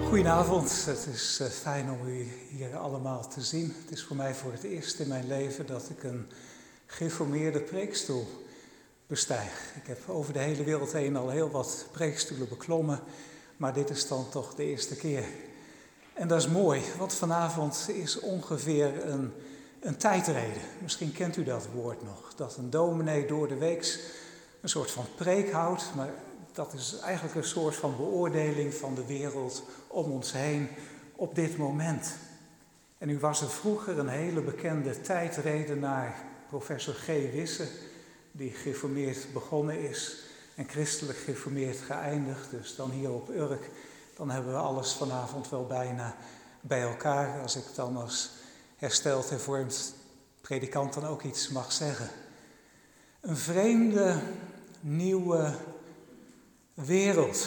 Goedenavond, het is fijn om u hier allemaal te zien. Het is voor mij voor het eerst in mijn leven dat ik een gereformeerde preekstoel bestijg. Ik heb over de hele wereld heen al heel wat preekstoelen beklommen, maar dit is dan toch de eerste keer. En dat is mooi, want vanavond is ongeveer een tijdreden. Misschien kent u dat woord nog, dat een dominee door de week een soort van preek houdt, maar dat is eigenlijk een soort van beoordeling van de wereld om ons heen op dit moment. En nu was er vroeger een hele bekende tijdredenaar, professor G. Wisse, die gereformeerd begonnen is en christelijk gereformeerd geëindigd. Dus dan hier op Urk, dan hebben we alles vanavond wel bijna bij elkaar. Als ik dan als hersteld hervormd predikant dan ook iets mag zeggen. Een vreemde, nieuwe wereld.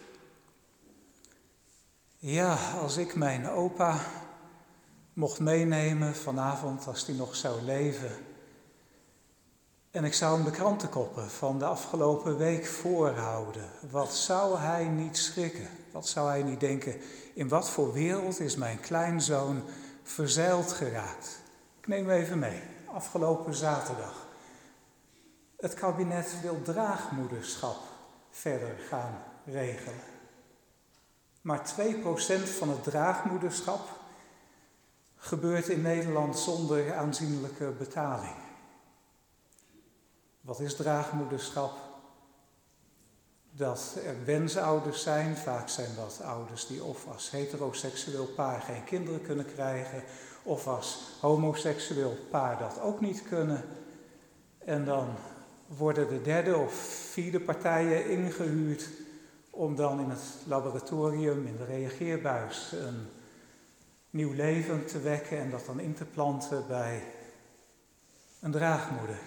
Ja, als ik mijn opa mocht meenemen vanavond, als hij nog zou leven, en ik zou hem de krantenkoppen van de afgelopen week voorhouden, wat zou hij niet schrikken? Wat zou hij niet denken? In wat voor wereld is mijn kleinzoon verzeild geraakt? Ik neem even mee. Afgelopen zaterdag. Het kabinet wil draagmoederschap verder gaan regelen. Maar 2% van het draagmoederschap gebeurt in Nederland zonder aanzienlijke betaling. Wat is draagmoederschap? Dat er wensouders zijn, vaak zijn dat ouders die of als heteroseksueel paar geen kinderen kunnen krijgen, of als homoseksueel paar dat ook niet kunnen. En dan worden de derde of vierde partijen ingehuurd om dan in het laboratorium, in de reageerbuis, een nieuw leven te wekken en dat dan in te planten bij een draagmoeder.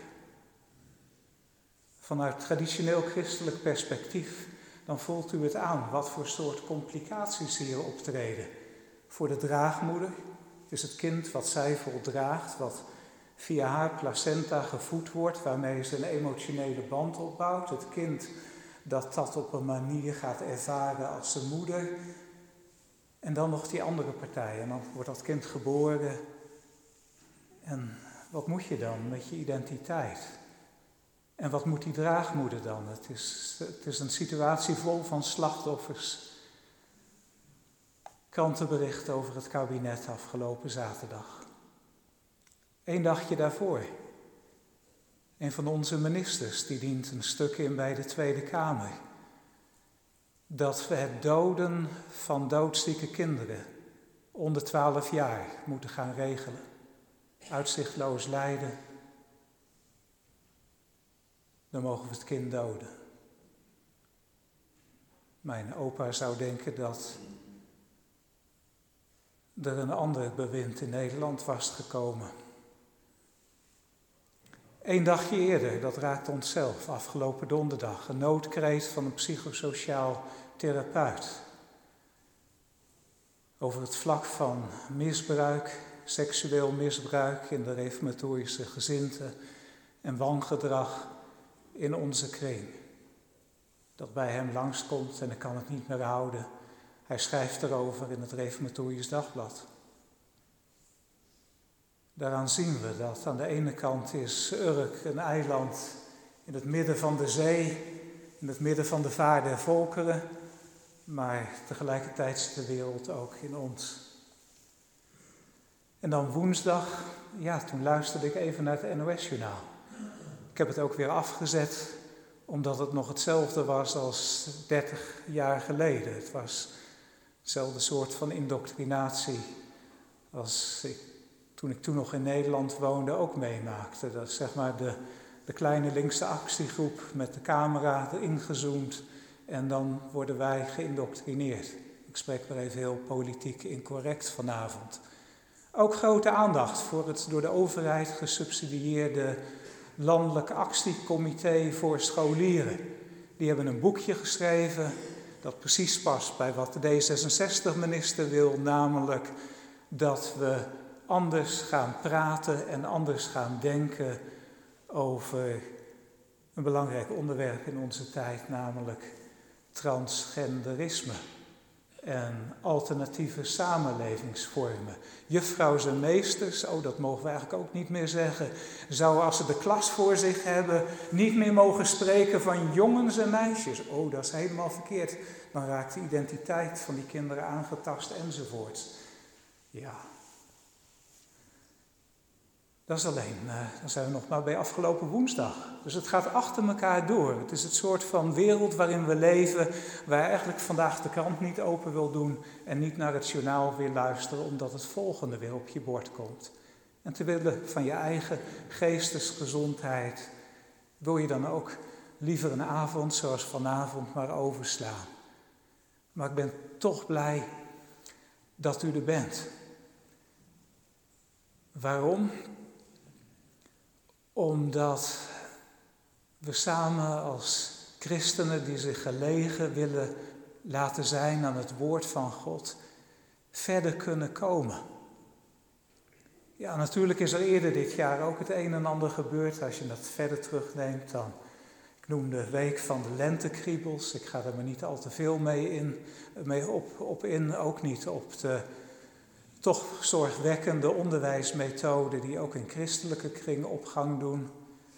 Vanuit traditioneel christelijk perspectief, dan voelt u het aan wat voor soort complicaties hier optreden. Voor de draagmoeder is het kind wat zij voldraagt, wat via haar placenta gevoed wordt, waarmee ze een emotionele band opbouwt. Het kind dat op een manier gaat ervaren als zijn moeder. En dan nog die andere partij. En dan wordt dat kind geboren. En wat moet je dan met je identiteit? En wat moet die draagmoeder dan? Het is een situatie vol van slachtoffers. Krantenbericht over het kabinet afgelopen zaterdag. 1 dagje daarvoor. Een van onze ministers die dient een stuk in bij de Tweede Kamer. Dat we het doden van doodzieke kinderen onder 12 jaar moeten gaan regelen. Uitzichtloos lijden. Dan mogen we het kind doden. Mijn opa zou denken dat er een ander bewind in Nederland was gekomen. 1 dagje eerder, dat raakt onszelf, afgelopen donderdag, een noodkreet van een psychosociaal therapeut. Over het vlak van misbruik, seksueel misbruik in de reformatorische gezindte en wangedrag in onze kring. Dat bij hem langskomt en ik kan het niet meer houden. Hij schrijft erover in het Reformatorisch Dagblad. Daaraan zien we dat aan de ene kant is Urk een eiland in het midden van de zee, in het midden van de vaart der volkeren, maar tegelijkertijd zit de wereld ook in ons. En dan woensdag, toen luisterde ik even naar het NOS-journaal. Ik heb het ook weer afgezet, omdat het nog hetzelfde was als 30 jaar geleden. Het was hetzelfde soort van indoctrinatie als toen ik nog in Nederland woonde ook meemaakte. Dat is zeg maar de kleine linkse actiegroep met de camera erin gezoomd en dan worden wij geïndoctrineerd. Ik spreek maar even heel politiek incorrect vanavond. Ook grote aandacht voor het door de overheid gesubsidieerde Landelijk Actiecomité voor Scholieren. Die hebben een boekje geschreven dat precies past bij wat de D66-minister wil, namelijk dat we anders gaan praten en anders gaan denken over een belangrijk onderwerp in onze tijd, namelijk transgenderisme. en alternatieve samenlevingsvormen. Juffrouws en meesters, dat mogen we eigenlijk ook niet meer zeggen, zouden als ze de klas voor zich hebben niet meer mogen spreken van jongens en meisjes. Dat is helemaal verkeerd. Dan raakt de identiteit van die kinderen aangetast enzovoort. Ja. Dat is alleen, dan zijn we nog maar bij afgelopen woensdag. Dus het gaat achter elkaar door. Het is het soort van wereld waarin we leven, waar je eigenlijk vandaag de krant niet open wil doen en niet naar het journaal wil luisteren, omdat het volgende weer op je bord komt. En te willen van je eigen geestesgezondheid, wil je dan ook liever een avond zoals vanavond maar overslaan. Maar ik ben toch blij dat u er bent. Waarom? Omdat we samen als christenen die zich gelegen willen laten zijn aan het woord van God, verder kunnen komen. Ja, natuurlijk is er eerder dit jaar ook het een en ander gebeurd. Als je dat verder terugneemt dan, ik noem de week van de lentekriebels. Ik ga er maar niet al te veel mee op in, ook niet op de toch zorgwekkende onderwijsmethoden die ook in christelijke kringen op gang doen.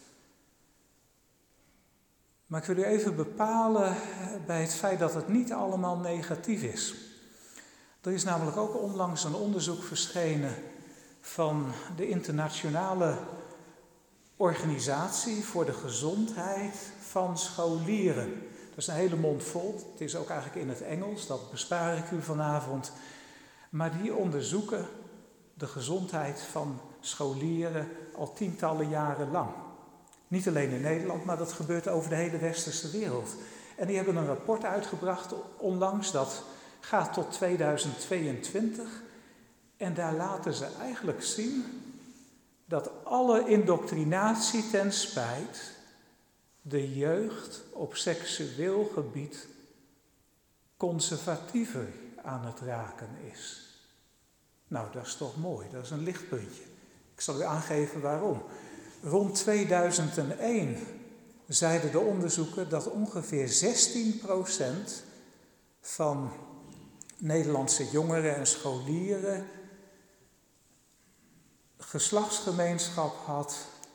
Maar ik wil u even bepalen bij het feit dat het niet allemaal negatief is. Er is namelijk ook onlangs een onderzoek verschenen van de internationale organisatie voor de gezondheid van scholieren. Dat is een hele mond vol, het is ook eigenlijk in het Engels, dat bespaar ik u vanavond. Maar die onderzoeken de gezondheid van scholieren al tientallen jaren lang. Niet alleen in Nederland, maar dat gebeurt over de hele westerse wereld. En die hebben een rapport uitgebracht onlangs, dat gaat tot 2022. En daar laten ze eigenlijk zien dat alle indoctrinatie ten spijt de jeugd op seksueel gebied conservatiever aan het raken is. Nou, dat is toch mooi, dat is een lichtpuntje. Ik zal u aangeven waarom. Rond 2001 zeiden de onderzoeken dat ongeveer 16% van Nederlandse jongeren en scholieren geslachtsgemeenschap had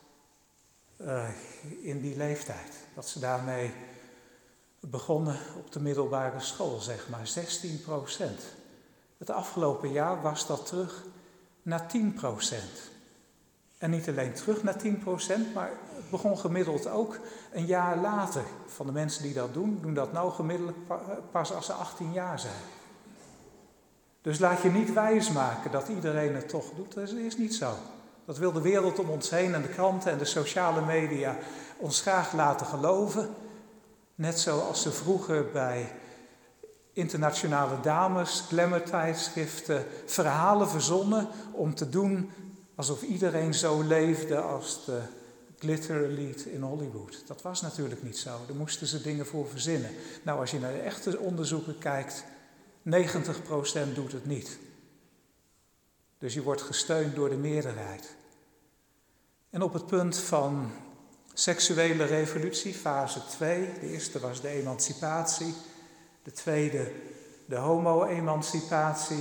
in die leeftijd. Dat ze daarmee begonnen op de middelbare school, zeg maar, 16%. Het afgelopen jaar was dat terug naar 10%. En niet alleen terug naar 10%, maar het begon gemiddeld ook een jaar later. Van de mensen die dat doen dat nou gemiddeld pas als ze 18 jaar zijn. Dus laat je niet wijsmaken dat iedereen het toch doet, dat is niet zo. Dat wil de wereld om ons heen en de kranten en de sociale media ons graag laten geloven. Net zoals ze vroeger bij internationale dames, glamour-tijdschriften, verhalen verzonnen om te doen alsof iedereen zo leefde als de glitter elite in Hollywood. Dat was natuurlijk niet zo, daar moesten ze dingen voor verzinnen. Nou, als je naar de echte onderzoeken kijkt, 90% doet het niet. Dus je wordt gesteund door de meerderheid. En op het punt van seksuele revolutie, fase 2, de eerste was de emancipatie, de tweede de homo-emancipatie,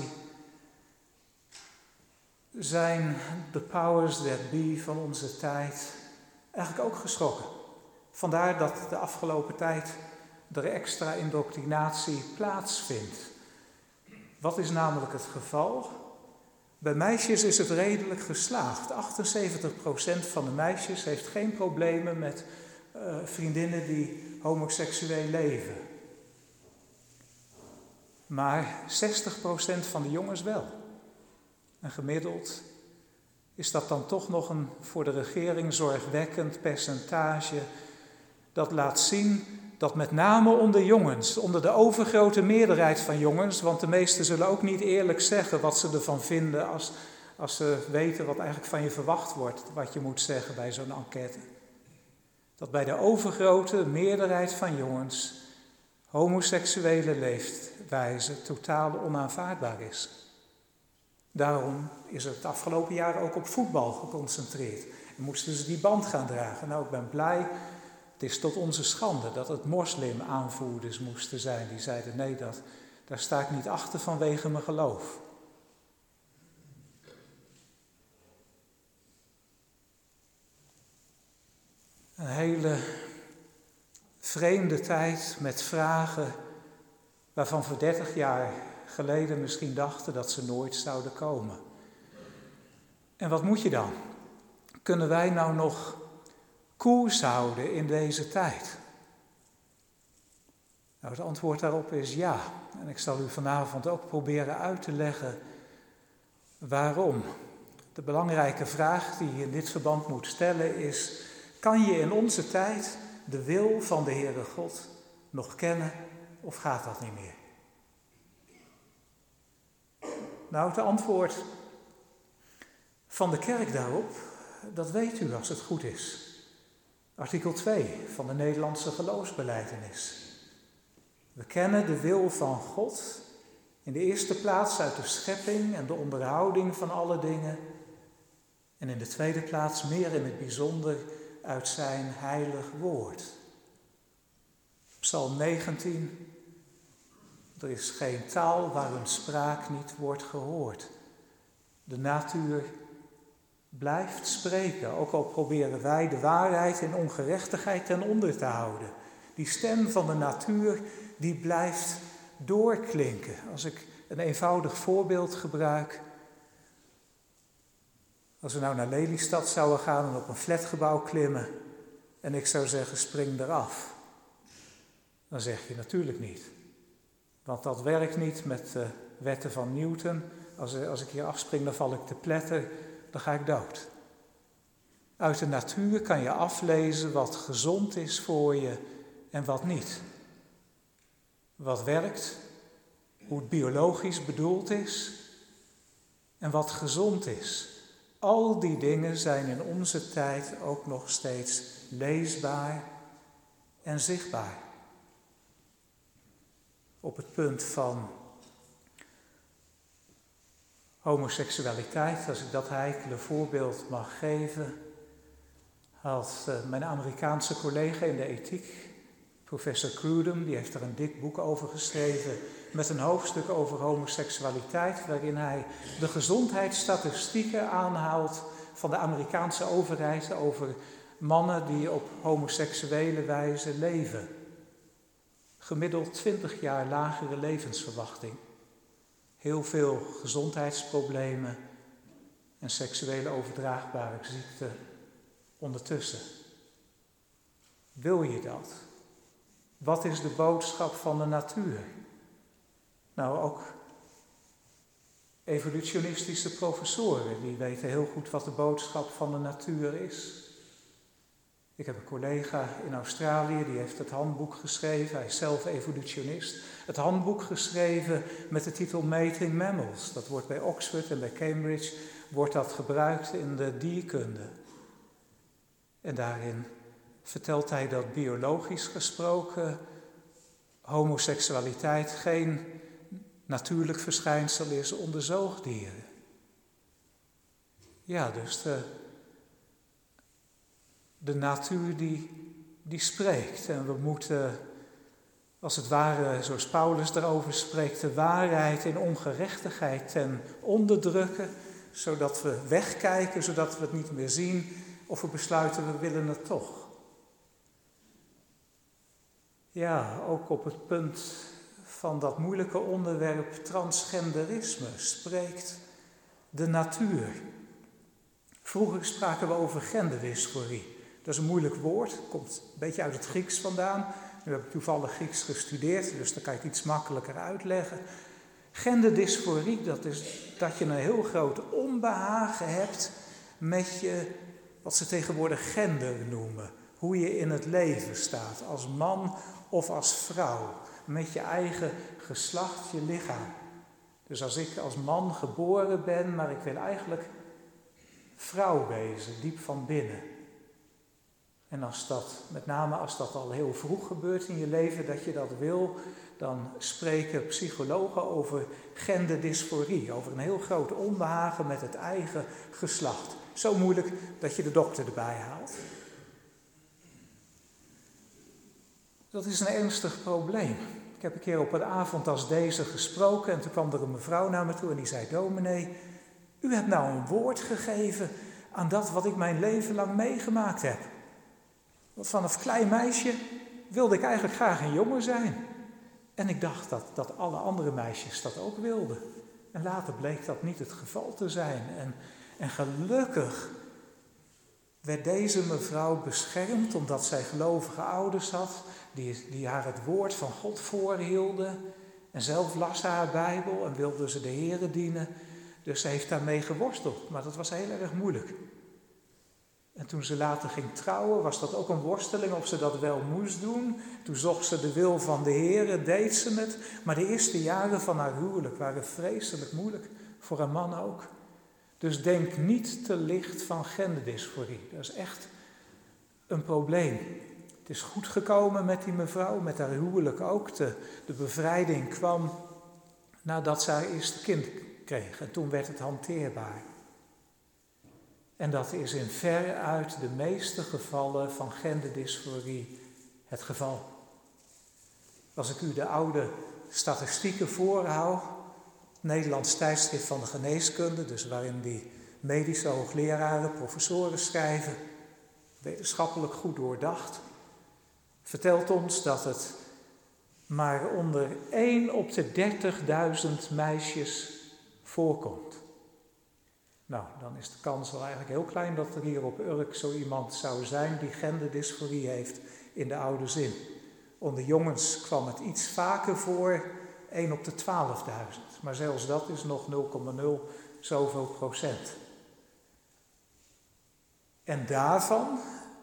zijn de powers that be van onze tijd eigenlijk ook geschrokken. Vandaar dat de afgelopen tijd er extra indoctrinatie plaatsvindt. Wat is namelijk het geval? Bij meisjes is het redelijk geslaagd. 78% van de meisjes heeft geen problemen met vriendinnen die homoseksueel leven. Maar 60% van de jongens wel. En gemiddeld is dat dan toch nog een voor de regering zorgwekkend percentage dat laat zien dat met name onder jongens, onder de overgrote meerderheid van jongens, want de meesten zullen ook niet eerlijk zeggen wat ze ervan vinden als ze weten wat eigenlijk van je verwacht wordt, wat je moet zeggen bij zo'n enquête. Dat bij de overgrote meerderheid van jongens homoseksuele leefwijze totaal onaanvaardbaar is. Daarom is het afgelopen jaar ook op voetbal geconcentreerd. En moesten ze die band gaan dragen. Nou, ik ben blij, het is tot onze schande dat het moslim-aanvoerders moesten zijn. Die zeiden nee, Daar sta ik niet achter vanwege mijn geloof. Een hele vreemde tijd met vragen waarvan we 30 jaar geleden misschien dachten dat ze nooit zouden komen. En wat moet je dan? Kunnen wij nou nog koers houden in deze tijd? Nou, het antwoord daarop is ja. En ik zal u vanavond ook proberen uit te leggen waarom. De belangrijke vraag die je in dit verband moet stellen is: kan je in onze tijd de wil van de Heere God nog kennen of gaat dat niet meer? Nou, het antwoord van de kerk daarop, dat weet u als het goed is. Artikel 2 van de Nederlandse geloofsbelijdenis. We kennen de wil van God in de eerste plaats uit de schepping en de onderhouding van alle dingen. En in de tweede plaats meer in het bijzonder uit zijn heilig woord. Psalm 19. Er is geen taal waar hun spraak niet wordt gehoord. De natuur blijft spreken, ook al proberen wij de waarheid in ongerechtigheid ten onder te houden. Die stem van de natuur, die blijft doorklinken. Als ik een eenvoudig voorbeeld gebruik. Als we nou naar Lelystad zouden gaan en op een flatgebouw klimmen en ik zou zeggen spring eraf. Dan zeg je natuurlijk niet. Want dat werkt niet met de wetten van Newton. Als ik hier afspring dan val ik te pletter, dan ga ik dood. Uit de natuur kan je aflezen wat gezond is voor je en wat niet. Wat werkt, hoe het biologisch bedoeld is en wat gezond is. Al die dingen zijn in onze tijd ook nog steeds leesbaar en zichtbaar. Op het punt van homoseksualiteit, als ik dat heikele voorbeeld mag geven, had mijn Amerikaanse collega in de ethiek, professor Cruden, die heeft er een dik boek over geschreven met een hoofdstuk over homoseksualiteit, waarin hij de gezondheidsstatistieken aanhaalt van de Amerikaanse overheid over mannen die op homoseksuele wijze leven. Gemiddeld 20 jaar lagere levensverwachting. Heel veel gezondheidsproblemen en seksuele overdraagbare ziekten ondertussen. Wil je dat? Wat is de boodschap van de natuur? Nou, ook evolutionistische professoren, die weten heel goed wat de boodschap van de natuur is. Ik heb een collega in Australië, die heeft het handboek geschreven, hij is zelf evolutionist. Het handboek geschreven met de titel Mating Mammals. Dat wordt bij Oxford en bij Cambridge wordt dat gebruikt in de dierkunde. En daarin vertelt hij dat biologisch gesproken homoseksualiteit geen natuurlijk verschijnsel is onder zoogdieren. Ja, dus de natuur die spreekt. En we moeten, als het ware, zoals Paulus erover spreekt, de waarheid in ongerechtigheid ten onderdrukken, zodat we wegkijken, zodat we het niet meer zien, of we besluiten we willen het toch. Ja, ook op het punt van dat moeilijke onderwerp transgenderisme spreekt de natuur. Vroeger spraken we over genderdysforie. Dat is een moeilijk woord, komt een beetje uit het Grieks vandaan. Nu heb ik toevallig Grieks gestudeerd, dus dan kan je het iets makkelijker uitleggen. Genderdysforie, dat is dat je een heel groot onbehagen hebt met je, wat ze tegenwoordig gender noemen. Hoe je in het leven staat, als man of als vrouw. Met je eigen geslacht, je lichaam. Dus als ik als man geboren ben, maar ik wil eigenlijk vrouw wezen, diep van binnen. En met name als dat al heel vroeg gebeurt in je leven, dat je dat wil, dan spreken psychologen over genderdysforie, over een heel groot onbehagen met het eigen geslacht. Zo moeilijk dat je de dokter erbij haalt. Dat is een ernstig probleem. heb een keer op een avond als deze gesproken en toen kwam er een mevrouw naar me toe en die zei: dominee, u hebt nou een woord gegeven aan dat wat ik mijn leven lang meegemaakt heb. Want vanaf klein meisje wilde ik eigenlijk graag een jongen zijn. En ik dacht dat alle andere meisjes dat ook wilden. En later bleek dat niet het geval te zijn. En gelukkig werd deze mevrouw beschermd omdat zij gelovige ouders had die haar het woord van God voorhielden. En zelf las ze haar Bijbel en wilde ze de Here dienen. Dus ze heeft daarmee geworsteld, maar dat was heel erg moeilijk. En toen ze later ging trouwen, was dat ook een worsteling of ze dat wel moest doen. Toen zocht ze de wil van de Here, deed ze het. Maar de eerste jaren van haar huwelijk waren vreselijk moeilijk, voor haar man ook. Dus denk niet te licht van genderdysforie. Dat is echt een probleem. Het is goed gekomen met die mevrouw, met haar huwelijk ook. De bevrijding kwam nadat ze haar eerste kind kreeg. En toen werd het hanteerbaar. En dat is in veruit de meeste gevallen van genderdysforie het geval. Als ik u de oude statistieken voorhoud, Nederlands tijdschrift van de geneeskunde, dus waarin die medische hoogleraren, professoren schrijven, wetenschappelijk goed doordacht, vertelt ons dat het maar onder 1 op de 30.000 meisjes voorkomt. Nou, dan is de kans wel eigenlijk heel klein dat er hier op Urk zo iemand zou zijn die genderdysforie heeft in de oude zin. Onder jongens kwam het iets vaker voor, 1 op de 12.000. Maar zelfs dat is nog 0,0 zoveel procent. En daarvan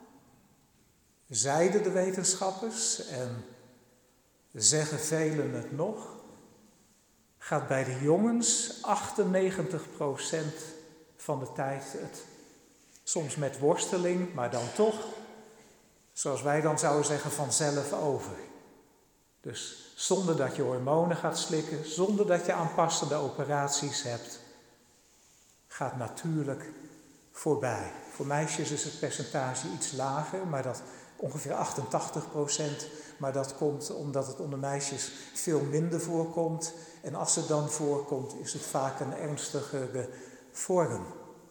zeiden de wetenschappers, en zeggen velen het nog, gaat bij de jongens 98% van de tijd het, soms met worsteling, maar dan toch, zoals wij dan zouden zeggen, vanzelf over. Dus zonder dat je hormonen gaat slikken, zonder dat je aanpassende operaties hebt, gaat natuurlijk voorbij. Voor meisjes is het percentage iets lager, maar dat ongeveer 88%. Maar dat komt omdat het onder meisjes veel minder voorkomt. En als het dan voorkomt, is het vaak een ernstigere vorm.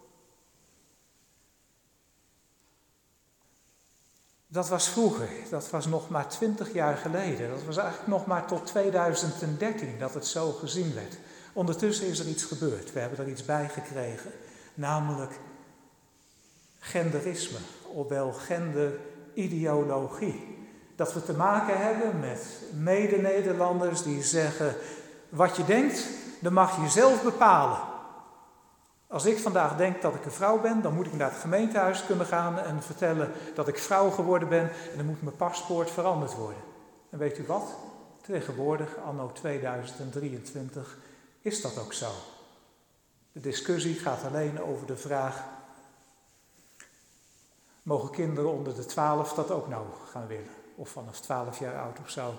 Dat was vroeger, dat was nog maar 20 jaar geleden. Dat was eigenlijk nog maar tot 2013 dat het zo gezien werd. Ondertussen is er iets gebeurd, we hebben er iets bij gekregen. Namelijk genderisme, ofwel genderideologie. Dat we te maken hebben met mede-Nederlanders die zeggen: wat je denkt, dan mag je zelf bepalen. Als ik vandaag denk dat ik een vrouw ben, dan moet ik naar het gemeentehuis kunnen gaan en vertellen dat ik vrouw geworden ben en dan moet mijn paspoort veranderd worden. En weet u wat? Tegenwoordig, anno 2023, is dat ook zo. De discussie gaat alleen over de vraag: mogen kinderen onder de 12 dat ook nou gaan willen? Of vanaf 12 jaar oud of zo.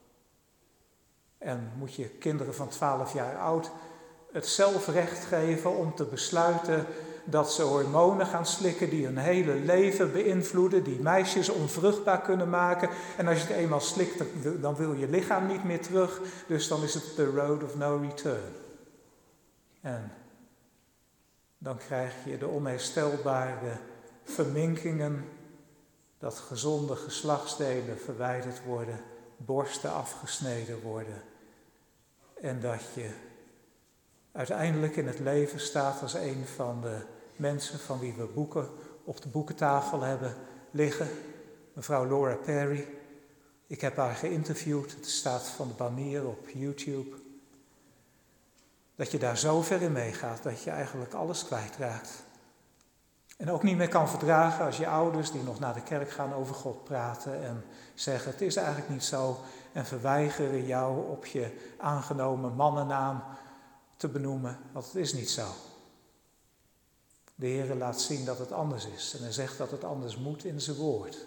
En moet je kinderen van 12 jaar oud het zelfrecht geven om te besluiten dat ze hormonen gaan slikken die hun hele leven beïnvloeden, die meisjes onvruchtbaar kunnen maken. En als je het eenmaal slikt, dan wil je lichaam niet meer terug. Dus dan is het the road of no return. En dan krijg je de onherstelbare verminkingen dat gezonde geslachtsdelen verwijderd worden, borsten afgesneden worden. En dat je uiteindelijk in het leven staat als een van de mensen van wie we boeken op de boekentafel hebben liggen. Mevrouw Laura Perry. Ik heb haar geïnterviewd, het staat van de banier op YouTube. Dat je daar zo ver in meegaat dat je eigenlijk alles kwijtraakt. En ook niet meer kan verdragen als je ouders die nog naar de kerk gaan over God praten en zeggen: het is eigenlijk niet zo, en verweigeren jou op je aangenomen mannennaam te benoemen, want het is niet zo. De Heere laat zien dat het anders is en hij zegt dat het anders moet in zijn woord.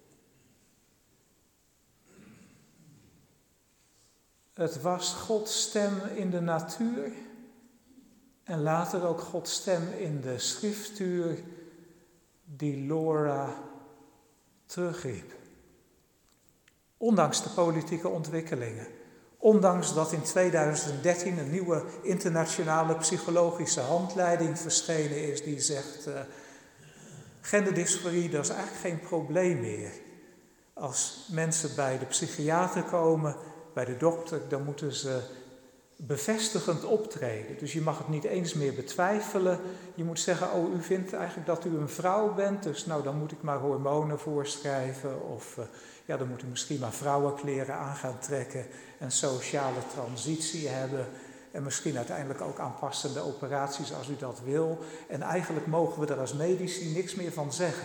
Het was Gods stem in de natuur en later ook Gods stem in de schriftuur die Laura terugriep. Ondanks de politieke ontwikkelingen, Ondanks dat in 2013 een nieuwe internationale psychologische handleiding verschenen is die zegt, genderdysforie, dat is eigenlijk geen probleem meer. Als mensen bij de psychiater komen, bij de dokter, dan moeten ze bevestigend optreden. Dus je mag het niet eens meer betwijfelen. Je moet zeggen, oh, u vindt eigenlijk dat u een vrouw bent, dus nou, dan moet ik maar hormonen voorschrijven. Of dan moet u misschien maar vrouwenkleren aan gaan trekken, een sociale transitie hebben. En misschien uiteindelijk ook aanpassende operaties als u dat wil. En eigenlijk mogen we er als medici niks meer van zeggen.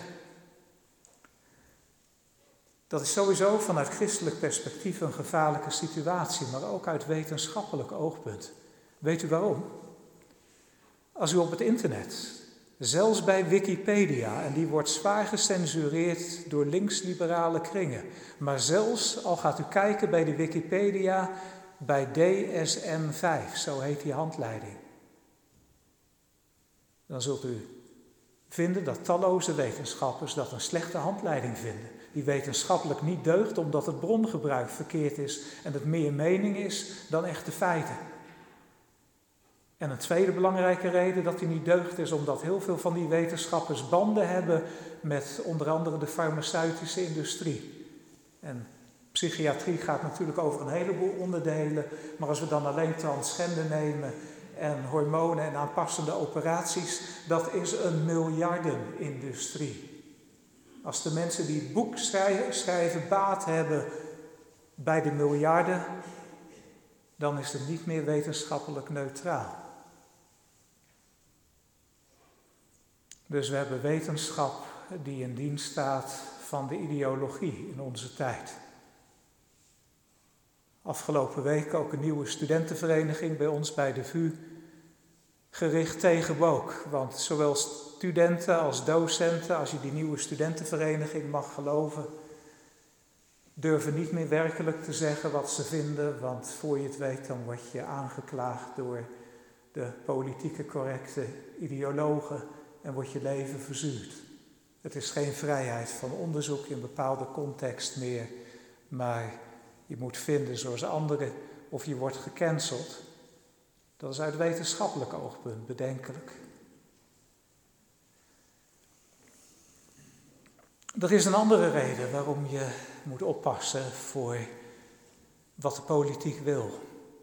Dat is sowieso vanuit christelijk perspectief een gevaarlijke situatie, maar ook uit wetenschappelijk oogpunt. Weet u waarom? Als u op het internet, zelfs bij Wikipedia, en die wordt zwaar gecensureerd door linksliberale kringen, maar zelfs al gaat u kijken bij de Wikipedia, bij DSM-5, zo heet die handleiding, dan zult u vinden dat talloze wetenschappers dat een slechte handleiding vinden. Die wetenschappelijk niet deugt omdat het brongebruik verkeerd is en het meer mening is dan echte feiten. En een tweede belangrijke reden dat die niet deugt is omdat heel veel van die wetenschappers banden hebben met onder andere de farmaceutische industrie. En psychiatrie gaat natuurlijk over een heleboel onderdelen, maar als we dan alleen transgender nemen en hormonen en aanpassende operaties, dat is een miljardenindustrie. Als de mensen die het boek schrijven baat hebben bij de miljarden, dan is het niet meer wetenschappelijk neutraal. Dus we hebben wetenschap die in dienst staat van de ideologie in onze tijd. Afgelopen week ook een nieuwe studentenvereniging bij ons bij de VU gericht tegen woke. Want zowel studenten als docenten, als je die nieuwe studentenvereniging mag geloven, durven niet meer werkelijk te zeggen wat ze vinden, want voor je het weet dan word je aangeklaagd door de politieke correcte ideologen en wordt je leven verzuurd. Het is geen vrijheid van onderzoek in bepaalde context meer, maar je moet vinden zoals anderen of je wordt gecanceld. Dat is uit wetenschappelijk oogpunt bedenkelijk. Er is een andere reden waarom je moet oppassen voor wat de politiek wil.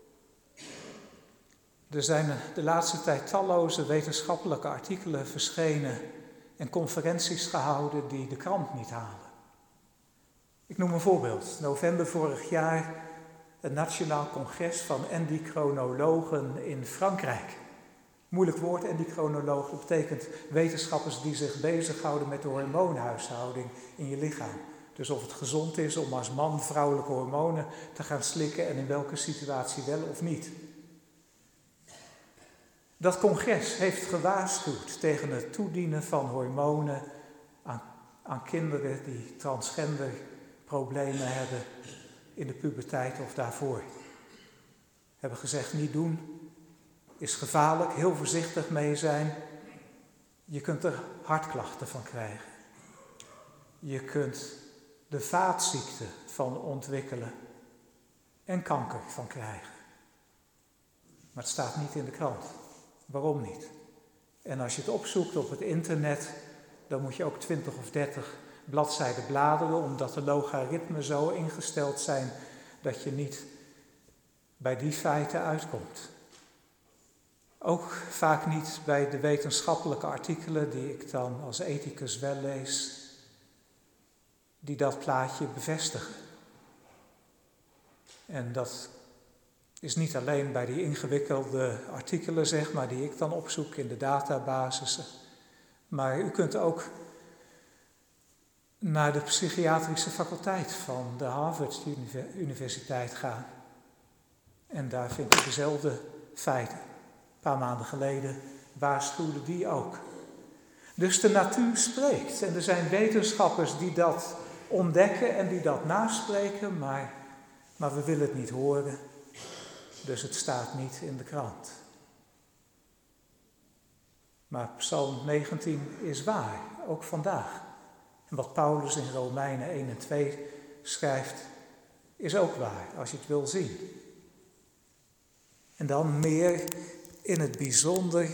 Er zijn de laatste tijd talloze wetenschappelijke artikelen verschenen en conferenties gehouden die de krant niet halen. Ik noem een voorbeeld. November vorig jaar een nationaal congres van endocrinologen in Frankrijk. Moeilijk woord, endocrinoloog, dat betekent wetenschappers die zich bezighouden met de hormoonhuishouding in je lichaam. Dus of het gezond is om als man vrouwelijke hormonen te gaan slikken en in welke situatie wel of niet. Dat congres heeft gewaarschuwd tegen het toedienen van hormonen aan kinderen die transgender problemen hebben in de puberteit of daarvoor. Hebben gezegd niet doen, is gevaarlijk, heel voorzichtig mee zijn. Je kunt er hartklachten van krijgen. Je kunt de vaatziekte van ontwikkelen en kanker van krijgen. Maar het staat niet in de krant. Waarom niet? En als je het opzoekt op het internet, dan moet je ook 20 of 30 bladzijden bladeren, omdat de logaritmen zo ingesteld zijn dat je niet bij die feiten uitkomt. Ook vaak niet bij de wetenschappelijke artikelen die ik dan als ethicus wel lees, die dat plaatje bevestigen. En dat is niet alleen bij die ingewikkelde artikelen, zeg maar, die ik dan opzoek in de databasissen. Maar u kunt ook naar de psychiatrische faculteit van de Harvard Universiteit gaan. En daar vind je dezelfde feiten. Een paar maanden geleden waarschuwde die ook. Dus de natuur spreekt. En er zijn wetenschappers die dat ontdekken en die dat naspreken, maar we willen het niet horen. Dus het staat niet in de krant. Maar Psalm 19 is waar, ook vandaag. En wat Paulus in Romeinen 1 en 2 schrijft, is ook waar, als je het wil zien. En dan meer in het bijzonder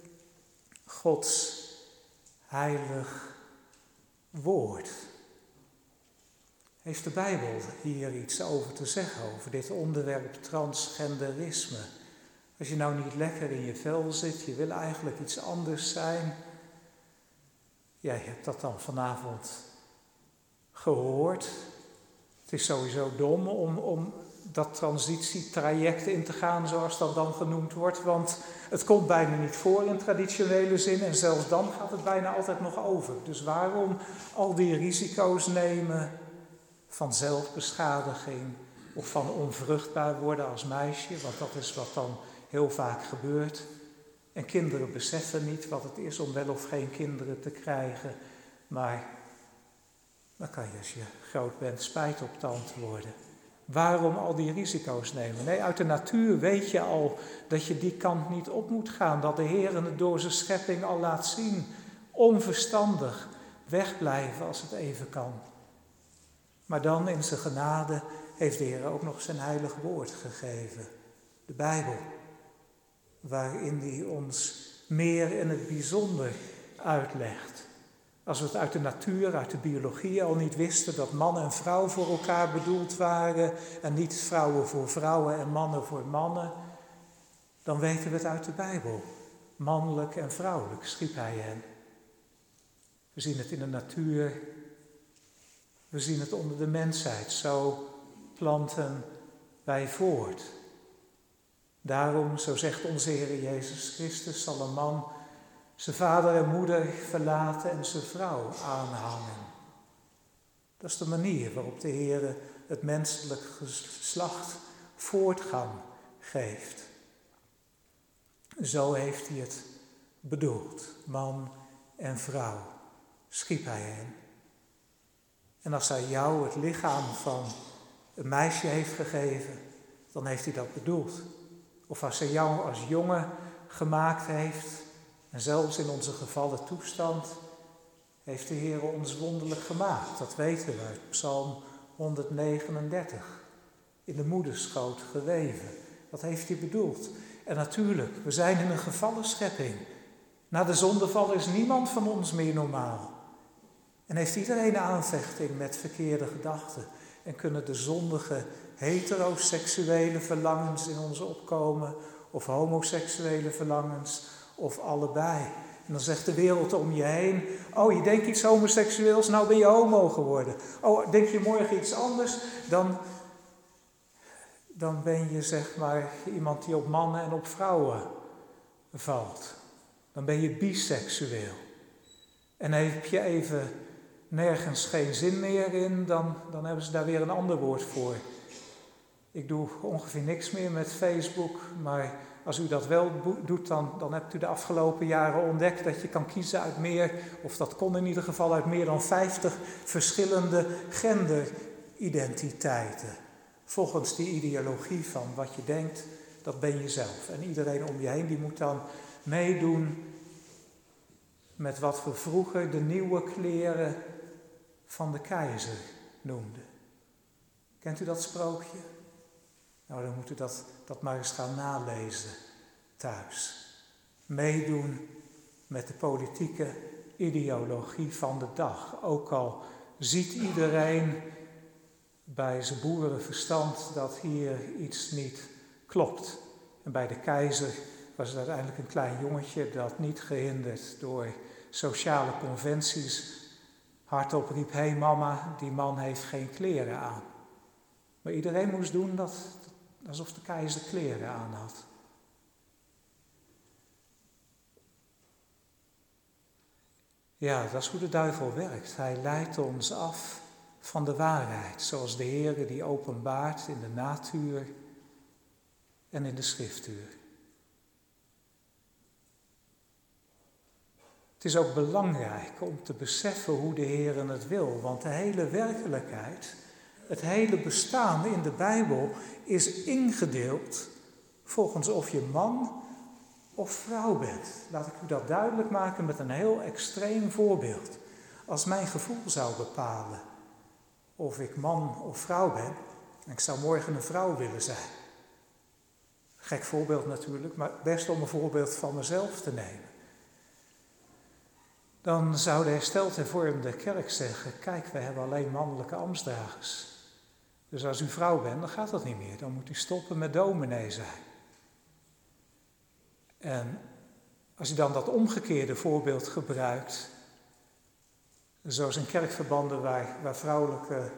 Gods heilig woord. Heeft de Bijbel hier iets over te zeggen, over dit onderwerp transgenderisme? Als je nou niet lekker in je vel zit, je wil eigenlijk iets anders zijn. Jij hebt dat dan vanavond gehoord. Het is sowieso dom om dat transitietraject in te gaan, zoals dat dan genoemd wordt. Want het komt bijna niet voor in traditionele zin en zelfs dan gaat het bijna altijd nog over. Dus waarom al die risico's nemen van zelfbeschadiging of van onvruchtbaar worden als meisje, want dat is wat dan heel vaak gebeurt. En kinderen beseffen niet wat het is om wel of geen kinderen te krijgen, maar dan kan je als je groot bent spijt op tand worden. Waarom al die risico's nemen? Nee, uit de natuur weet je al dat je die kant niet op moet gaan. Dat de Heer het door zijn schepping al laat zien. Onverstandig wegblijven als het even kan. Maar dan in zijn genade heeft de Heer ook nog zijn heilig woord gegeven. De Bijbel. Waarin hij ons meer in het bijzonder uitlegt. Als we het uit de natuur, uit de biologie al niet wisten dat man en vrouw voor elkaar bedoeld waren en niet vrouwen voor vrouwen en mannen voor mannen, dan weten we het uit de Bijbel. Mannelijk en vrouwelijk schiep hij hen. We zien het in de natuur, we zien het onder de mensheid. Zo planten wij voort. Daarom, zo zegt onze Heer Jezus Christus, zal een man zijn vader en moeder verlaten en zijn vrouw aanhangen. Dat is de manier waarop de Heer het menselijk geslacht voortgang geeft. Zo heeft hij het bedoeld. Man en vrouw schiep hij hen. En als hij jou het lichaam van een meisje heeft gegeven, dan heeft hij dat bedoeld. Of als hij jou als jongen gemaakt heeft, en zelfs in onze gevallen toestand heeft de Heer ons wonderlijk gemaakt. Dat weten we uit Psalm 139. In de moederschoot geweven. Dat heeft hij bedoeld. En natuurlijk, we zijn in een gevallen schepping. Na de zondeval is niemand van ons meer normaal. En heeft iedereen aanvechting met verkeerde gedachten. En kunnen de zondige heteroseksuele verlangens in ons opkomen. Of homoseksuele verlangens. Of allebei. En dan zegt de wereld om je heen, oh, je denkt iets homoseksueels, nou ben je homo geworden. Oh, denk je morgen iets anders, dan ben je zeg maar iemand die op mannen en op vrouwen valt. Dan ben je biseksueel. En heb je even nergens geen zin meer in, dan hebben ze daar weer een ander woord voor. Ik doe ongeveer niks meer met Facebook, maar als u dat wel doet, dan hebt u de afgelopen jaren ontdekt dat je kan kiezen uit meer, of dat kon in ieder geval uit meer dan 50 verschillende genderidentiteiten. Volgens die ideologie van wat je denkt, dat ben je zelf. En iedereen om je heen die moet dan meedoen met wat we vroeger de nieuwe kleren van de keizer noemden. Kent u dat sprookje? Nou, dan moet u dat maar eens gaan nalezen thuis. Meedoen met de politieke ideologie van de dag. Ook al ziet iedereen bij zijn boerenverstand dat hier iets niet klopt. En bij de keizer was het uiteindelijk een klein jongetje dat niet gehinderd door sociale conventies hardop riep, hé mama, die man heeft geen kleren aan. Maar iedereen moest doen alsof de keizer kleren aan had. Ja, dat is hoe de duivel werkt. Hij leidt ons af van de waarheid, zoals de Heer die openbaart in de natuur en in de schriftuur. Het is ook belangrijk om te beseffen hoe de Heer het wil, want de hele werkelijkheid, het hele bestaan in de Bijbel is ingedeeld volgens of je man of vrouw bent. Laat ik u dat duidelijk maken met een heel extreem voorbeeld. Als mijn gevoel zou bepalen of ik man of vrouw ben, en ik zou morgen een vrouw willen zijn, Gek voorbeeld natuurlijk, maar best om een voorbeeld van mezelf te nemen. Dan zou de hersteld hervormde kerk zeggen, kijk, we hebben alleen mannelijke ambtsdragers. Dus als u vrouw bent, dan gaat dat niet meer. Dan moet u stoppen met dominee zijn. En als je dan dat omgekeerde voorbeeld gebruikt, zoals in kerkverbanden waar vrouwelijke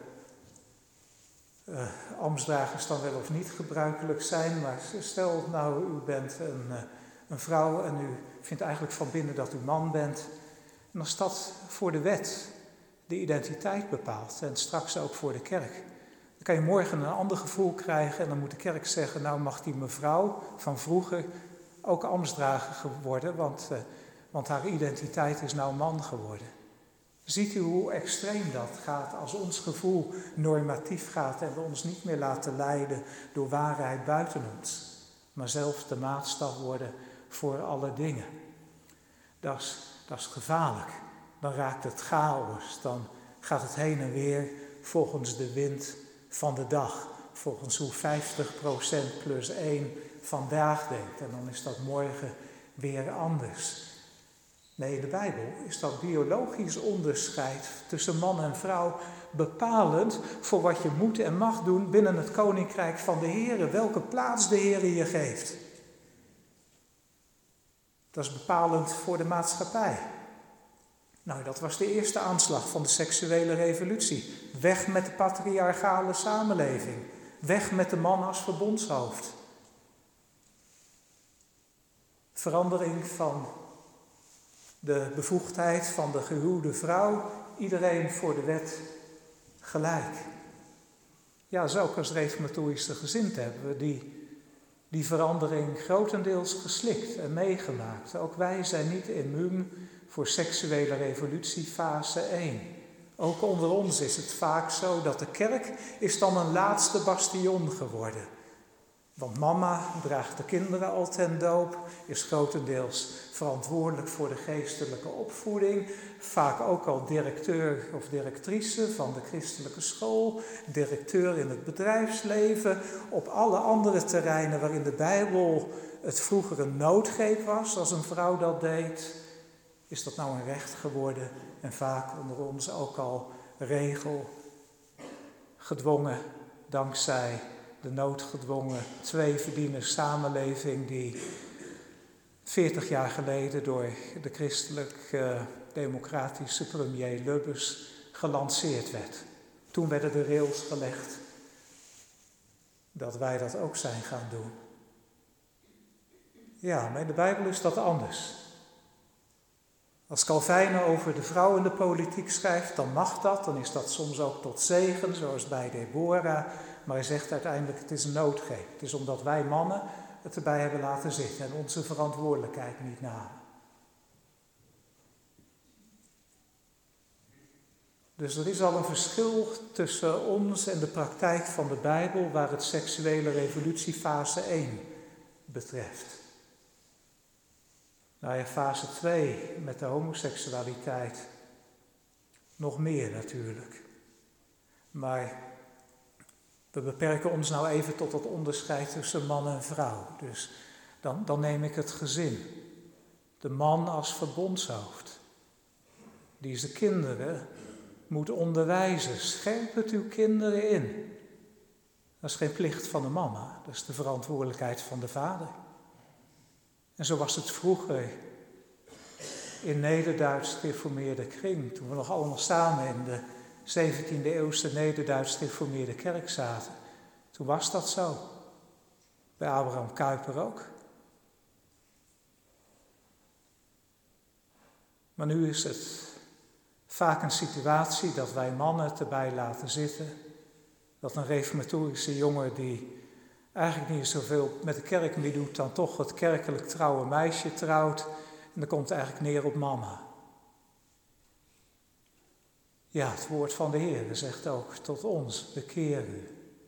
ambtsdragers dan wel of niet gebruikelijk zijn, maar stel nou u bent een vrouw en u vindt eigenlijk van binnen dat u man bent, en als dat voor de wet de identiteit bepaalt en straks ook voor de kerk, dan kan je morgen een ander gevoel krijgen en dan moet de kerk zeggen, nou mag die mevrouw van vroeger ook ambtsdrager worden, want haar identiteit is nou man geworden. Ziet u hoe extreem dat gaat als ons gevoel normatief gaat en we ons niet meer laten leiden door waarheid buiten ons, maar zelf de maatstaf worden voor alle dingen. Dat is gevaarlijk. Dan raakt het chaos, dan gaat het heen en weer volgens de wind van de dag. Volgens hoe 50% plus 1 vandaag denkt. En dan is dat morgen weer anders. Nee, in de Bijbel is dat biologisch onderscheid tussen man en vrouw bepalend voor wat je moet en mag doen binnen het koninkrijk van de Heer. Welke plaats de Heer je geeft. Dat is bepalend voor de maatschappij. Nou, dat was de eerste aanslag van de seksuele revolutie. Weg met de patriarchale samenleving. Weg met de man als verbondshoofd. Verandering van de bevoegdheid van de gehuwde vrouw. Iedereen voor de wet gelijk. Ja, zo ook als reformatorische gezind hebben we die verandering grotendeels geslikt en meegemaakt. Ook wij zijn niet immuun voor seksuele revolutie fase 1. Ook onder ons is het vaak zo dat de kerk is dan een laatste bastion geworden. Want mama draagt de kinderen al ten doop, is grotendeels verantwoordelijk voor de geestelijke opvoeding, vaak ook al directeur of directrice van de christelijke school, directeur in het bedrijfsleven, op alle andere terreinen waarin de Bijbel het vroeger een noodgreep was als een vrouw dat deed, is dat nou een recht geworden en vaak onder ons ook al regel, gedwongen dankzij de noodgedwongen tweeverdieners samenleving die 40 jaar geleden door de christelijk-democratische premier Lubbers gelanceerd werd. Toen werden de rails gelegd dat wij dat ook zijn gaan doen. Ja, maar in de Bijbel is dat anders. Als Calvijn over de vrouw in de politiek schrijft, dan mag dat. Dan is dat soms ook tot zegen, zoals bij Deborah. Maar hij zegt uiteindelijk, het is een noodgreep. Het is omdat wij mannen het erbij hebben laten zitten en onze verantwoordelijkheid niet namen. Dus er is al een verschil tussen ons en de praktijk van de Bijbel waar het seksuele revolutie fase 1 betreft. Nou ja, fase 2 met de homoseksualiteit nog meer natuurlijk. Maar we beperken ons nou even tot dat onderscheid tussen man en vrouw. Dus dan neem ik het gezin. De man als verbondshoofd. Die zijn kinderen moet onderwijzen. Scherp het uw kinderen in. Dat is geen plicht van de mama. Dat is de verantwoordelijkheid van de vader. En zo was het vroeger in Nederduits gereformeerde kring. Toen we nog allemaal samen in de 17e eeuwse Nederduits gereformeerde kerk zaten. Toen was dat zo. Bij Abraham Kuyper ook. Maar nu is het vaak een situatie dat wij mannen het erbij laten zitten. Dat een reformatorische jongen die eigenlijk niet zoveel met de kerk mee doet, dan toch het kerkelijk trouwe meisje trouwt. En dan komt het eigenlijk neer op mama. Ja, het woord van de Heer zegt ook tot ons, bekeer u.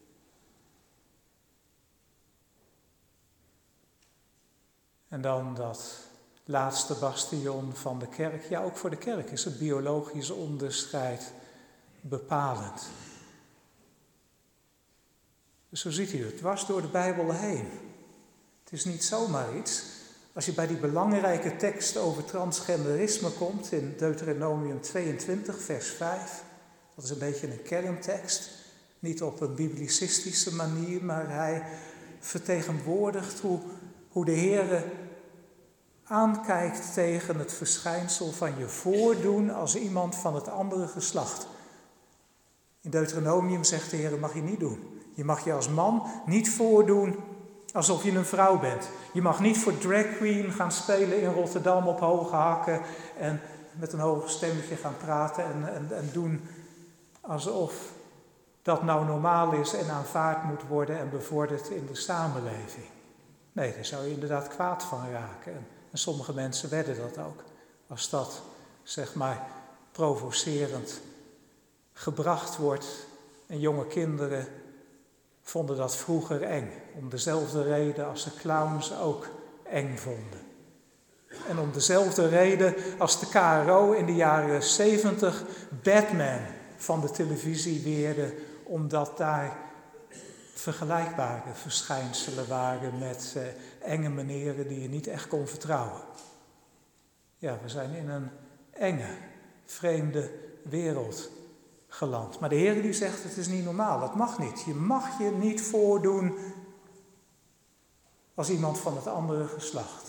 En dan dat laatste bastion van de kerk. Ja, ook voor de kerk is het biologische onderscheid bepalend. Dus zo ziet u het, dwars door de Bijbel heen. is niet zomaar iets. Als je bij die belangrijke tekst over transgenderisme komt in Deuteronomium 22, vers 5. Dat is een beetje een kerntekst. Niet op een biblicistische manier, maar hij vertegenwoordigt hoe de Heere aankijkt tegen het verschijnsel van je voordoen als iemand van het andere geslacht. In Deuteronomium zegt de Heer, mag je niet doen. Je mag je als man niet voordoen alsof je een vrouw bent. Je mag niet voor drag queen gaan spelen in Rotterdam op hoge hakken en met een hoog stemmetje gaan praten en doen alsof dat nou normaal is en aanvaard moet worden en bevorderd in de samenleving. Nee, daar zou je inderdaad kwaad van raken. En sommige mensen werden dat ook. Als dat, zeg maar, provocerend gebracht wordt. En jonge kinderen vonden dat vroeger eng. Om dezelfde reden als de clowns ook eng vonden. En om dezelfde reden als de KRO in de jaren 70 Batman van de televisie weerde. Omdat daar vergelijkbare verschijnselen waren met enge meneren die je niet echt kon vertrouwen. Ja, we zijn in een enge, vreemde wereld geland. Maar de Heer die zegt, het is niet normaal, dat mag niet. Je mag je niet voordoen als iemand van het andere geslacht.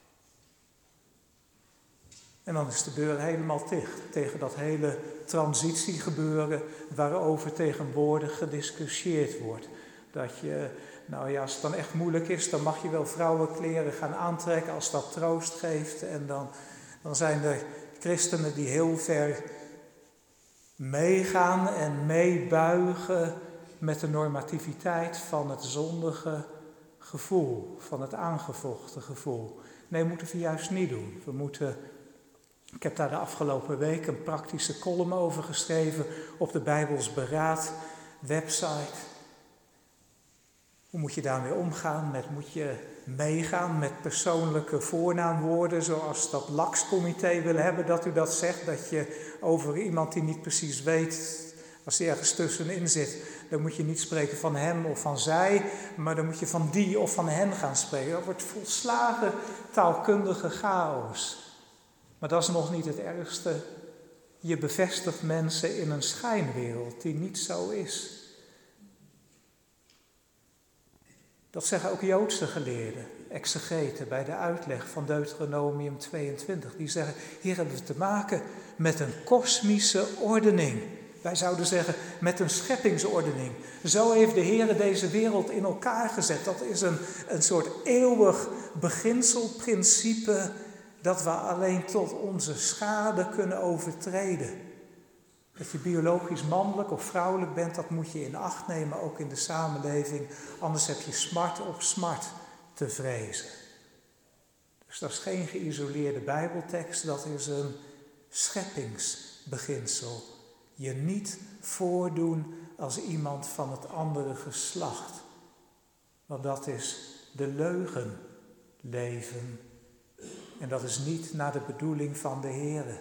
En dan is de deur helemaal dicht tegen dat hele transitiegebeuren waarover tegenwoordig gediscussieerd wordt. Dat je, nou ja, als het dan echt moeilijk is, dan mag je wel vrouwenkleren gaan aantrekken als dat troost geeft. En dan zijn er christenen die heel ver meegaan en meebuigen met de normativiteit van het zondige gevoel, van het aangevochten gevoel. Nee, we moeten het juist niet doen. Ik heb daar de afgelopen week een praktische column over geschreven op de Bijbels Beraad website. Hoe moet je daarmee omgaan? Moet je meegaan met persoonlijke voornaamwoorden, zoals dat LAX-comité wil hebben dat u dat zegt, dat je over iemand die niet precies weet, als die ergens tussenin zit, dan moet je niet spreken van hem of van zij, maar dan moet je van die of van hen gaan spreken. Dat wordt volslagen taalkundige chaos. Maar dat is nog niet het ergste. Je bevestigt mensen in een schijnwereld die niet zo is. Dat zeggen ook Joodse geleerden, exegeten, bij de uitleg van Deuteronomium 22. Die zeggen, hier hebben we te maken met een kosmische ordening. Wij zouden zeggen, met een scheppingsordening. Zo heeft de Heer deze wereld in elkaar gezet. Dat is een soort eeuwig beginselprincipe dat we alleen tot onze schade kunnen overtreden. Dat je biologisch mannelijk of vrouwelijk bent, dat moet je in acht nemen, ook in de samenleving. Anders heb je smart op smart te vrezen. Dus dat is geen geïsoleerde Bijbeltekst, dat is een scheppingsbeginsel. Je niet voordoen als iemand van het andere geslacht. Want dat is de leugen leven. En dat is niet naar de bedoeling van de Heere.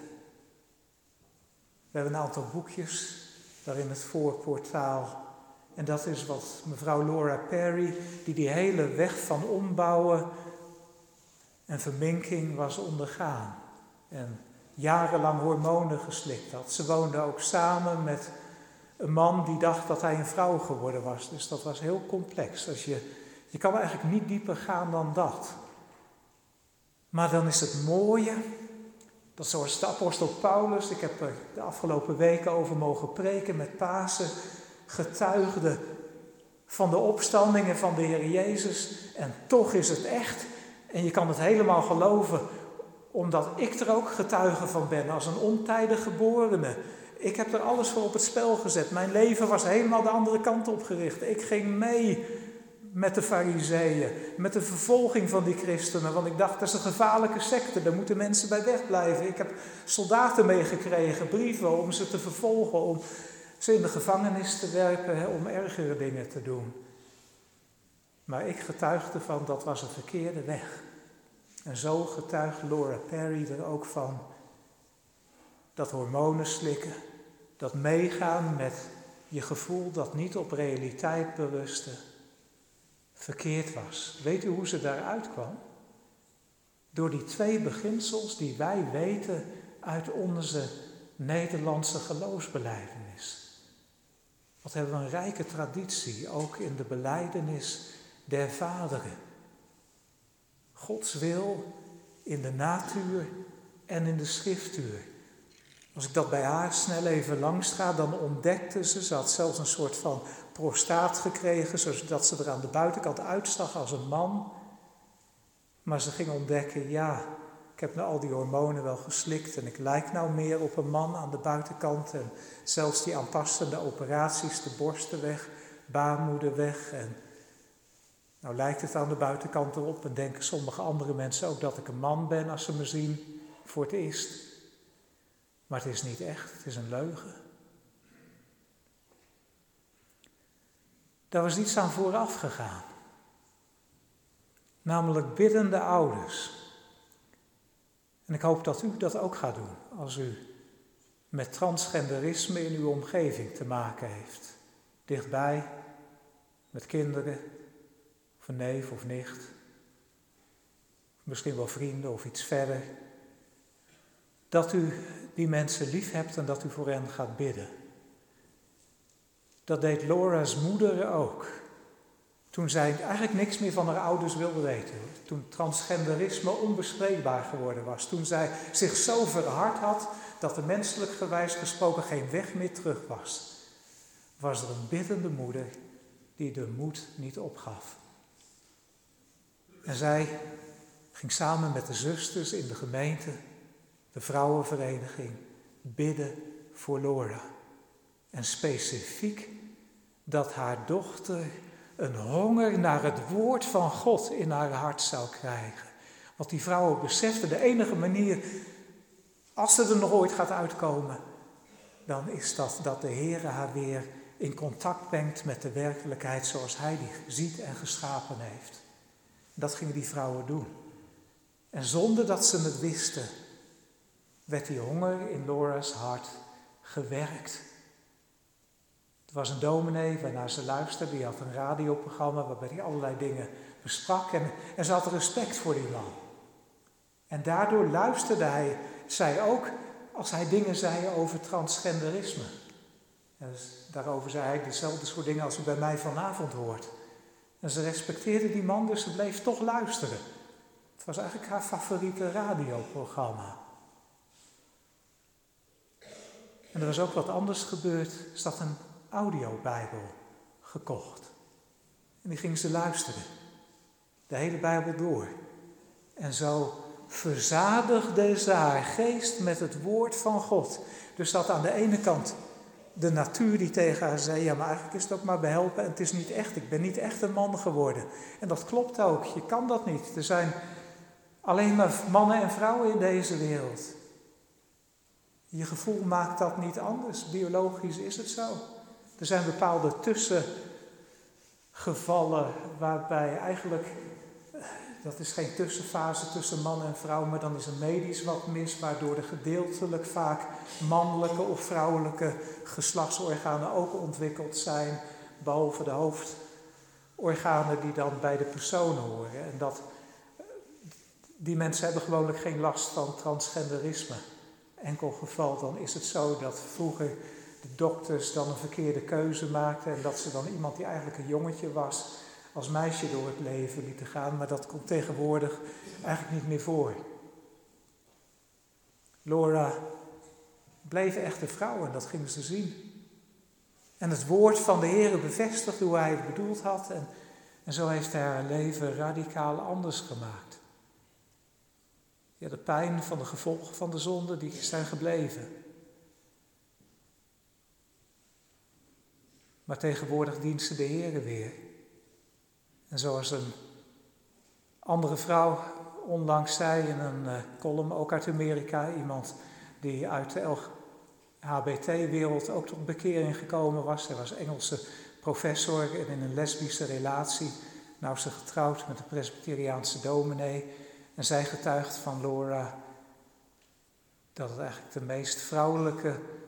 We hebben een aantal boekjes daar in het voorportaal. En dat is wat mevrouw Laura Perry, die hele weg van ombouwen en verminking was ondergaan. En jarenlang hormonen geslikt had. Ze woonde ook samen met een man die dacht dat hij een vrouw geworden was. Dus dat was heel complex. Dus je kan eigenlijk niet dieper gaan dan dat. Maar dan is het mooie, dat zoals de apostel Paulus, ik heb er de afgelopen weken over mogen preken met Pasen, getuigde van de opstanding en van de Heer Jezus. En toch is het echt. En je kan het helemaal geloven, omdat ik er ook getuige van ben als een ontijdig geborene. Ik heb er alles voor op het spel gezet. Mijn leven was helemaal de andere kant op gericht. Ik ging mee met de Farizeeën, met de vervolging van die christenen. Want ik dacht, dat is een gevaarlijke secte, daar moeten mensen bij wegblijven. Ik heb soldaten meegekregen, brieven om ze te vervolgen, om ze in de gevangenis te werpen, om ergere dingen te doen. Maar ik getuigde van, dat was een verkeerde weg. En zo getuigt Laura Perry er ook van. Dat hormonen slikken, dat meegaan met je gevoel dat niet op realiteit berustte, verkeerd was. Weet u hoe ze daaruit kwam? Door die 2 beginsels die wij weten uit onze Nederlandse geloofsbelijdenis. Wat hebben we een rijke traditie, ook in de belijdenis der vaderen. Gods wil in de natuur en in de schriftuur. Als ik dat bij haar snel even langs ga, dan ontdekte ze had zelfs een soort van prostaat gekregen, zodat ze er aan de buitenkant uitzag als een man. Maar ze ging ontdekken, ja, ik heb nou al die hormonen wel geslikt en ik lijk nou meer op een man aan de buitenkant. En zelfs die aanpassende operaties, de borsten weg, baarmoeder weg. En nou lijkt het aan de buitenkant erop en denken sommige andere mensen ook dat ik een man ben als ze me zien voor het eerst. Maar het is niet echt, het is een leugen. Daar was iets aan vooraf gegaan. Namelijk biddende ouders. En ik hoop dat u dat ook gaat doen als u met transgenderisme in uw omgeving te maken heeft. Dichtbij, met kinderen, of een neef of nicht. Misschien wel vrienden of iets verder. Dat u die mensen lief hebt en dat u voor hen gaat bidden. Dat deed Laura's moeder ook. Toen zij eigenlijk niks meer van haar ouders wilde weten. Toen transgenderisme onbespreekbaar geworden was. Toen zij zich zo verhard had dat er menselijk gewijs gesproken geen weg meer terug was. Was er een biddende moeder die de moed niet opgaf. En zij ging samen met de zusters in de gemeente, de vrouwenvereniging, bidden voor Laura. En specifiek dat haar dochter een honger naar het woord van God in haar hart zou krijgen. Want die vrouwen beseften, de enige manier, als ze er nog ooit gaat uitkomen, dan is dat de Heere haar weer in contact brengt met de werkelijkheid zoals Hij die ziet en geschapen heeft. Dat gingen die vrouwen doen. En zonder dat ze het wisten, werd die honger in Laura's hart gewerkt. Er was een dominee waarnaar ze luisterde, die had een radioprogramma waarbij hij allerlei dingen besprak en ze had respect voor die man. En daardoor luisterde zij ook als hij dingen zei over transgenderisme. En dus daarover zei hij dezelfde soort dingen als u bij mij vanavond hoort. En ze respecteerde die man, dus ze bleef toch luisteren. Het was eigenlijk haar favoriete radioprogramma. En er was ook wat anders gebeurd. Ze had een audiobijbel gekocht. En die ging ze luisteren. De hele Bijbel door. En zo verzadigde ze haar geest met het woord van God. Dus dat aan de ene kant de natuur die tegen haar zei, ja, maar eigenlijk is het ook maar behelpen en het is niet echt. Ik ben niet echt een man geworden. En dat klopt ook. Je kan dat niet. Er zijn alleen maar mannen en vrouwen in deze wereld. Je gevoel maakt dat niet anders. Biologisch is het zo. Er zijn bepaalde tussengevallen waarbij eigenlijk, dat is geen tussenfase tussen man en vrouw, maar dan is er medisch wat mis, waardoor er gedeeltelijk vaak mannelijke of vrouwelijke geslachtsorganen ook ontwikkeld zijn, behalve de hoofdorganen die dan bij de persoon horen. En die mensen hebben gewoonlijk geen last van transgenderisme. Enkel geval, dan is het zo dat vroeger de dokters dan een verkeerde keuze maakten en dat ze dan iemand die eigenlijk een jongetje was als meisje door het leven lieten gaan, maar dat komt tegenwoordig eigenlijk niet meer voor. Laura bleef echt een vrouw en dat gingen ze zien. En het woord van de Heere bevestigde hoe Hij het bedoeld had en zo heeft Hij haar leven radicaal anders gemaakt. Ja, de pijn van de gevolgen van de zonde, die zijn gebleven. Maar tegenwoordig dient ze de Heere weer. En zoals een andere vrouw onlangs zei in een column, ook uit Amerika, iemand die uit de LHBT-wereld ook tot bekering gekomen was. Hij was Engelse professor en in een lesbische relatie. Nou is ze getrouwd met een presbyteriaanse dominee. En zij getuigt van Laura dat het eigenlijk de meest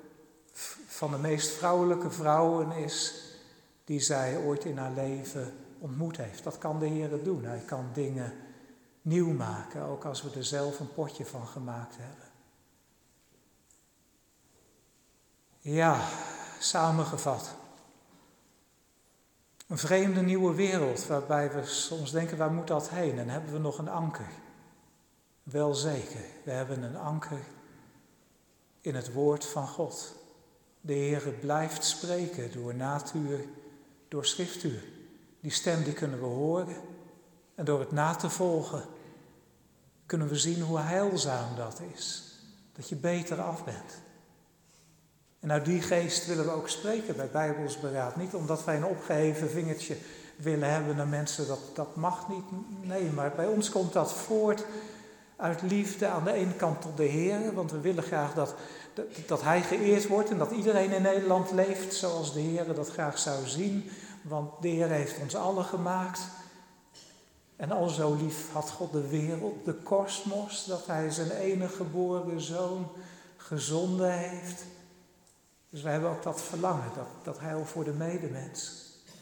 vrouwelijke vrouwen is die zij ooit in haar leven ontmoet heeft. Dat kan de Heer doen. Hij kan dingen nieuw maken, ook als we er zelf een potje van gemaakt hebben. Ja, samengevat. Een vreemde nieuwe wereld waarbij we soms denken, waar moet dat heen? En hebben we nog een anker? Wel zeker, we hebben een anker in het woord van God. De Heer blijft spreken door natuur, door schriftuur. Die stem die kunnen we horen en door het na te volgen kunnen we zien hoe heilzaam dat is. Dat je beter af bent. En uit die geest willen we ook spreken bij Bijbelsberaad. Niet omdat wij een opgeheven vingertje willen hebben naar mensen, dat mag niet. Nee, maar bij ons komt dat voort uit liefde aan de ene kant tot de Heer. Want we willen graag dat Hij geëerd wordt en dat iedereen in Nederland leeft zoals de Heer dat graag zou zien. Want de Heer heeft ons allen gemaakt. En al zo lief had God de wereld, de kosmos, dat Hij zijn enige geboren Zoon gezonden heeft. Dus wij hebben ook dat verlangen, dat heil voor de medemens.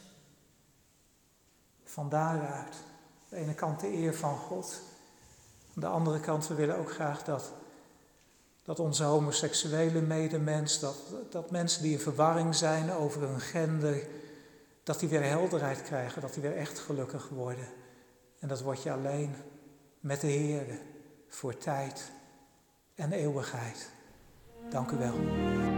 Van daaruit, aan de ene kant de eer van God. Aan de andere kant, we willen ook graag dat onze homoseksuele medemens, dat mensen die in verwarring zijn over hun gender, dat die weer helderheid krijgen, dat die weer echt gelukkig worden. En dat word je alleen met de Heer voor tijd en eeuwigheid. Dank u wel.